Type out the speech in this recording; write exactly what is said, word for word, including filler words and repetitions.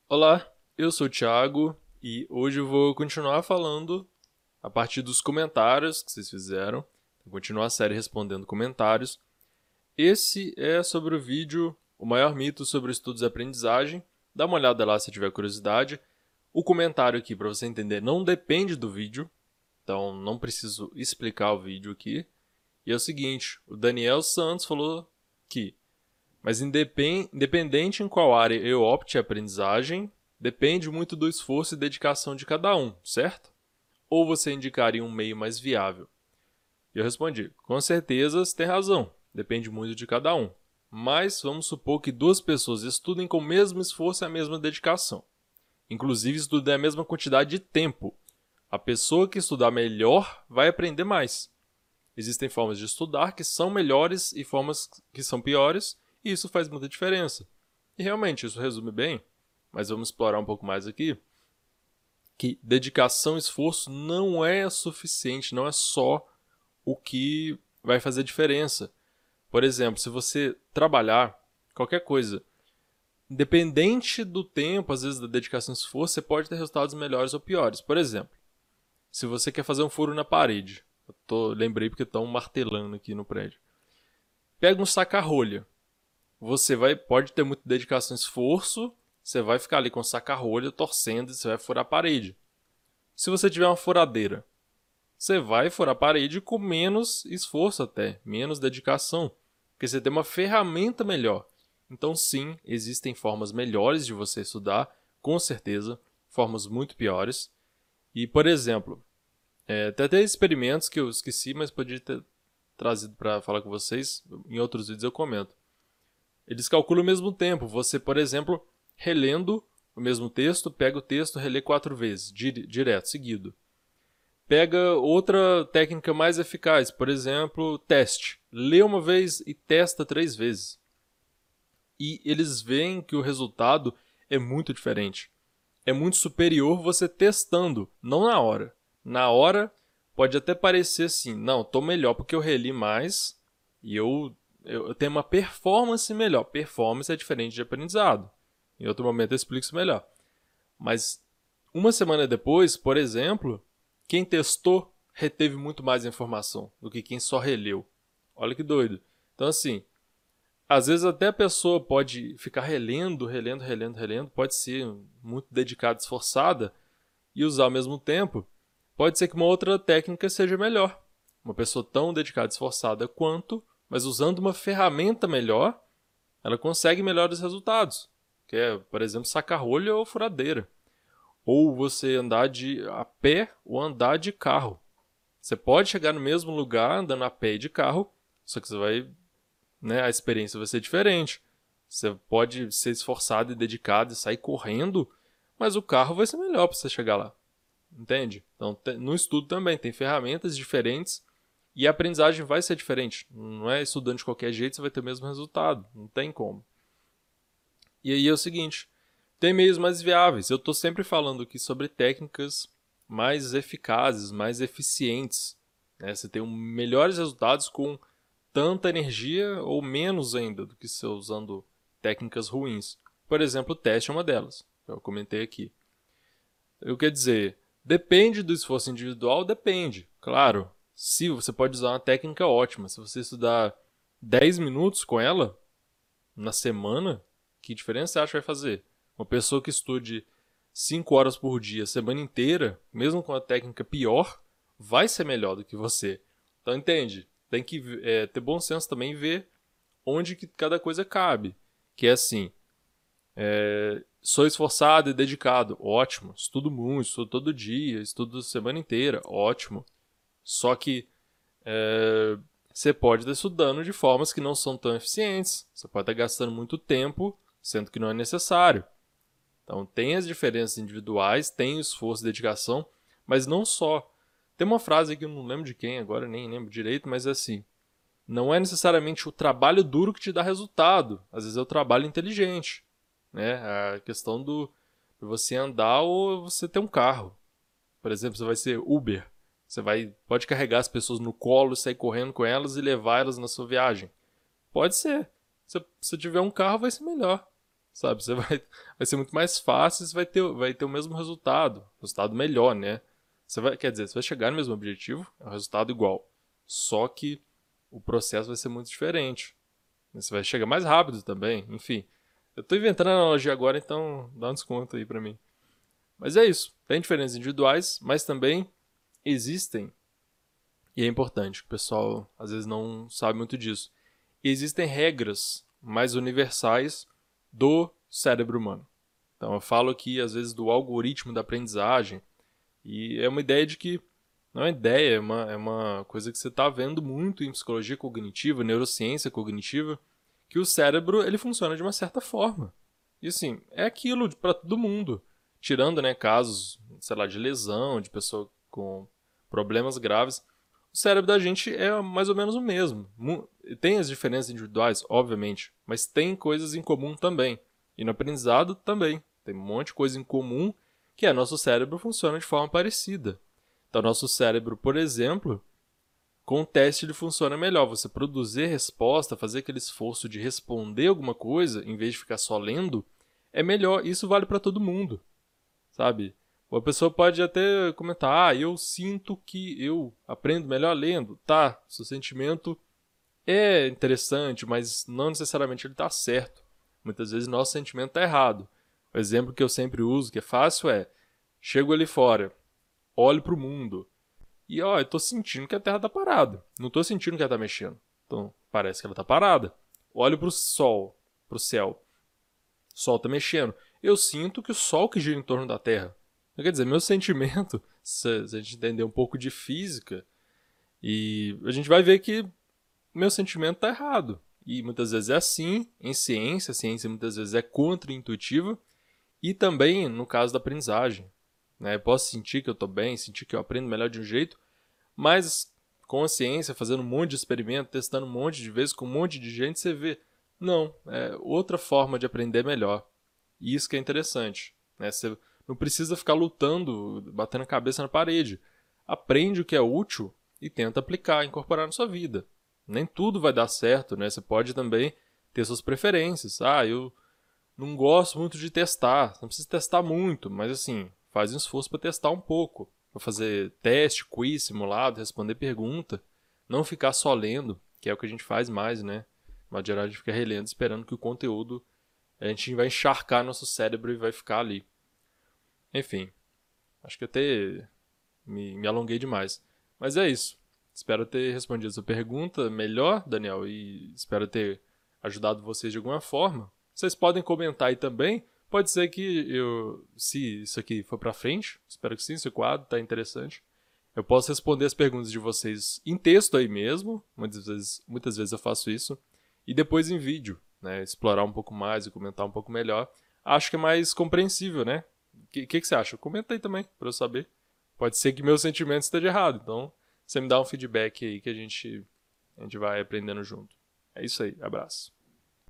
Olá, eu sou o Thiago e hoje eu vou continuar falando a partir dos comentários que vocês fizeram. Vou continuar a série respondendo comentários. Esse é sobre o vídeo O Maior Mito sobre Estudos e Aprendizagem. Dá uma olhada lá se tiver curiosidade. O comentário aqui, para você entender, não depende do vídeo, então não preciso explicar o vídeo aqui. E é o seguinte, o Daniel Santos falou que mas independ- independente em qual área eu opte a aprendizagem, depende muito do esforço e dedicação de cada um, certo? Ou você indicaria um meio mais viável? E eu respondi, com certeza você tem razão, depende muito de cada um. Mas vamos supor que duas pessoas estudem com o mesmo esforço e a mesma dedicação. Inclusive estudem a mesma quantidade de tempo. A pessoa que estudar melhor vai aprender mais. Existem formas de estudar que são melhores e formas que são piores, e isso faz muita diferença. E realmente, isso resume bem, mas vamos explorar um pouco mais aqui, que dedicação e esforço não é suficiente, não é só o que vai fazer diferença. Por exemplo, se você trabalhar qualquer coisa, independente do tempo, às vezes da dedicação e esforço, você pode ter resultados melhores ou piores. Por exemplo, se você quer fazer um furo na parede, eu tô, lembrei porque estão martelando aqui no prédio. Pega um saca-rolha. Você vai, pode ter muita dedicação e esforço, você vai ficar ali com o saca-rolha torcendo e você vai furar a parede. Se você tiver uma furadeira, você vai furar a parede com menos esforço até, menos dedicação, porque você tem uma ferramenta melhor. Então sim, existem formas melhores de você estudar, com certeza, formas muito piores. E, por exemplo, é, tem até experimentos que eu esqueci, mas podia ter trazido para falar com vocês. Em outros vídeos eu comento. Eles calculam o mesmo tempo. Você, por exemplo, relendo o mesmo texto, pega o texto, relê quatro vezes, direto, seguido. Pega outra técnica mais eficaz, por exemplo, teste. Lê uma vez e testa três vezes. E eles veem que o resultado é muito diferente. É muito superior você testando, não na hora. Na hora, pode até parecer assim, não, estou melhor porque eu reli mais e eu, eu, eu tenho uma performance melhor. Performance é diferente de aprendizado. Em outro momento eu explico isso melhor. Mas uma semana depois, por exemplo, quem testou reteve muito mais informação do que quem só releu. Olha que doido. Então assim, às vezes até a pessoa pode ficar relendo, relendo, relendo, relendo, pode ser muito dedicada, esforçada e usar ao mesmo tempo. Pode ser que uma outra técnica seja melhor. Uma pessoa tão dedicada e esforçada quanto, mas usando uma ferramenta melhor, ela consegue melhores resultados. Que é, por exemplo, saca-rolha ou furadeira. Ou você andar de a pé ou andar de carro. Você pode chegar no mesmo lugar andando a pé e de carro, só que você vai, né, a experiência vai ser diferente. Você pode ser esforçado e dedicado e sair correndo, mas o carro vai ser melhor para você chegar lá. Entende? Então, no estudo também tem ferramentas diferentes e a aprendizagem vai ser diferente. Não é estudando de qualquer jeito você vai ter o mesmo resultado. Não tem como. E aí é o seguinte, tem meios mais viáveis. Eu estou sempre falando aqui sobre técnicas mais eficazes, mais eficientes. Né? Você tem um, melhores resultados com tanta energia ou menos ainda do que se usando técnicas ruins. Por exemplo, o teste é uma delas. Eu comentei aqui. Eu quero dizer, depende do esforço individual, depende. Claro, se você pode usar uma técnica ótima. Se você estudar dez minutos com ela na semana, que diferença você acha que vai fazer? Uma pessoa que estude cinco horas por dia, a semana inteira, mesmo com a técnica pior, vai ser melhor do que você. Então entende? Tem que é, ter bom senso também e ver onde que cada coisa cabe. Que é assim, é, sou esforçado e dedicado, ótimo. Estudo muito, estudo todo dia, estudo a semana inteira, ótimo. Só que é, você pode estar estudando de formas que não são tão eficientes. Você pode estar gastando muito tempo, sendo que não é necessário. Então tem as diferenças individuais, tem o esforço e dedicação, mas não só. Tem uma frase que eu não lembro de quem agora, nem lembro direito, mas é assim, não é necessariamente o trabalho duro que te dá resultado, às vezes é o trabalho inteligente. Né? A questão do você andar ou você ter um carro. Por exemplo, você vai ser Uber. Você vai, pode carregar as pessoas no colo, sair correndo com elas e levar elas na sua viagem. Pode ser. Se você tiver um carro, vai ser melhor. sabe? Você vai, vai ser muito mais fácil e você vai ter, vai ter o mesmo resultado, resultado melhor, né? Você vai, quer dizer, você vai chegar no mesmo objetivo, é um resultado igual, só que o processo vai ser muito diferente. Você vai chegar mais rápido também, enfim. Eu tô inventando a analogia agora, então dá um desconto aí pra mim. Mas é isso, tem diferenças individuais, mas também existem, e é importante, que o pessoal às vezes não sabe muito disso, existem regras mais universais do cérebro humano. Então eu falo aqui às vezes do algoritmo da aprendizagem, e é uma ideia de que, não é ideia, é uma, é uma coisa que você está vendo muito em psicologia cognitiva, neurociência cognitiva, que o cérebro ele funciona de uma certa forma. E assim, é aquilo para todo mundo. Tirando, né, casos, sei lá, de lesão, de pessoa com problemas graves, o cérebro da gente é mais ou menos o mesmo. Tem as diferenças individuais, obviamente, mas tem coisas em comum também. E no aprendizado também. Tem um monte de coisa em comum que é nosso cérebro funciona de forma parecida. Então, nosso cérebro, por exemplo, com o teste ele funciona melhor. Você produzir resposta, fazer aquele esforço de responder alguma coisa, em vez de ficar só lendo, é melhor. Isso vale para todo mundo, sabe? A pessoa pode até comentar, ah, eu sinto que eu aprendo melhor lendo. Tá, seu sentimento é interessante, mas não necessariamente ele está certo. Muitas vezes nosso sentimento está errado. O exemplo que eu sempre uso, que é fácil, é: chego ali fora, olho para o mundo e ó, eu tô sentindo que a Terra tá parada. Não tô sentindo que ela tá mexendo. Então, parece que ela tá parada. Olho pro sol, pro céu. O sol tá mexendo. Eu sinto que o sol que gira em torno da Terra. Quer dizer, meu sentimento, se a gente entender um pouco de física, e a gente vai ver que meu sentimento tá errado. E muitas vezes é assim, em ciência, a ciência muitas vezes é contra-intuitiva, e também no caso da aprendizagem. Né? Eu posso sentir que eu tô bem, sentir que eu aprendo melhor de um jeito, mas com a ciência, fazendo um monte de experimento, testando um monte de vezes com um monte de gente, você vê, não, é outra forma de aprender melhor. E isso que é interessante. Né? Você não precisa ficar lutando, batendo a cabeça na parede. Aprende o que é útil e tenta aplicar, incorporar na sua vida. Nem tudo vai dar certo, né? Você pode também ter suas preferências. Ah, eu não gosto muito de testar. Não precisa testar muito, mas assim, faz um esforço para testar um pouco. Para fazer teste, quiz, simulado, responder pergunta. Não ficar só lendo, que é o que a gente faz mais, né? De modo geral, a gente fica relendo, esperando que o conteúdo, a gente vai encharcar nosso cérebro e vai ficar ali. Enfim, acho que até me, me alonguei demais. Mas é isso. Espero ter respondido a sua pergunta melhor, Daniel, e espero ter ajudado vocês de alguma forma. Vocês podem comentar aí também. Pode ser que eu, se isso aqui for pra frente, espero que sim, esse quadro tá interessante, eu posso responder as perguntas de vocês em texto aí mesmo, muitas vezes, muitas vezes eu faço isso, e depois em vídeo, né, explorar um pouco mais e comentar um pouco melhor. Acho que é mais compreensível, né? O que, que, que você acha? Comenta aí também, pra eu saber. Pode ser que meu sentimento esteja errado, então você me dá um feedback aí que a gente, a gente vai aprendendo junto. É isso aí, abraço.